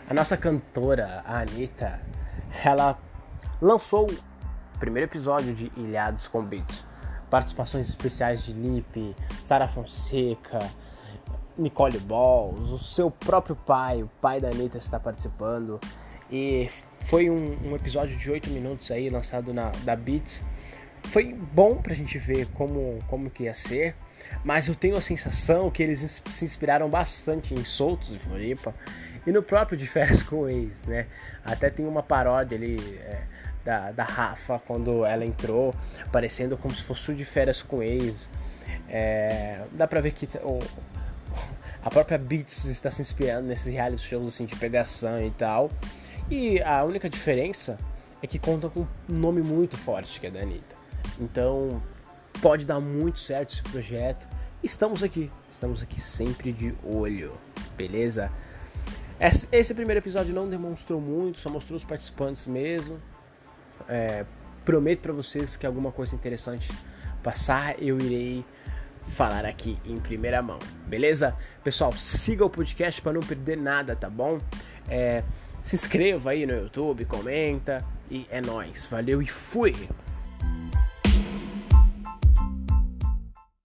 A nossa cantora, a Anitta, ela lançou o primeiro episódio de Ilhados com Beats. Participações especiais de Lipe, Sara Fonseca, Nicole Balls, o seu próprio pai, o pai da Anitta está participando. E foi um episódio de 8 minutos aí, lançado da Beats. Foi bom pra gente ver como que ia ser, mas eu tenho a sensação que eles se inspiraram bastante em Soltos de Floripa e no próprio De Férias com o Ex, né? Até tem uma paródia ali da Rafa quando ela entrou, parecendo como se fosse o De Férias com o Ex. Dá pra ver que a própria Beats está se inspirando nesses reality shows assim, de pegação e tal. E a única diferença é que conta com um nome muito forte, que é da Anitta. Então, pode dar muito certo esse projeto. Estamos aqui sempre de olho, beleza? Esse primeiro episódio não demonstrou muito, só mostrou os participantes mesmo. Prometo pra vocês que alguma coisa interessante passar, eu irei falar aqui em primeira mão, beleza? Pessoal, siga o podcast para não perder nada, tá bom? Se inscreva aí no YouTube, comenta e é nóis. Valeu e fui!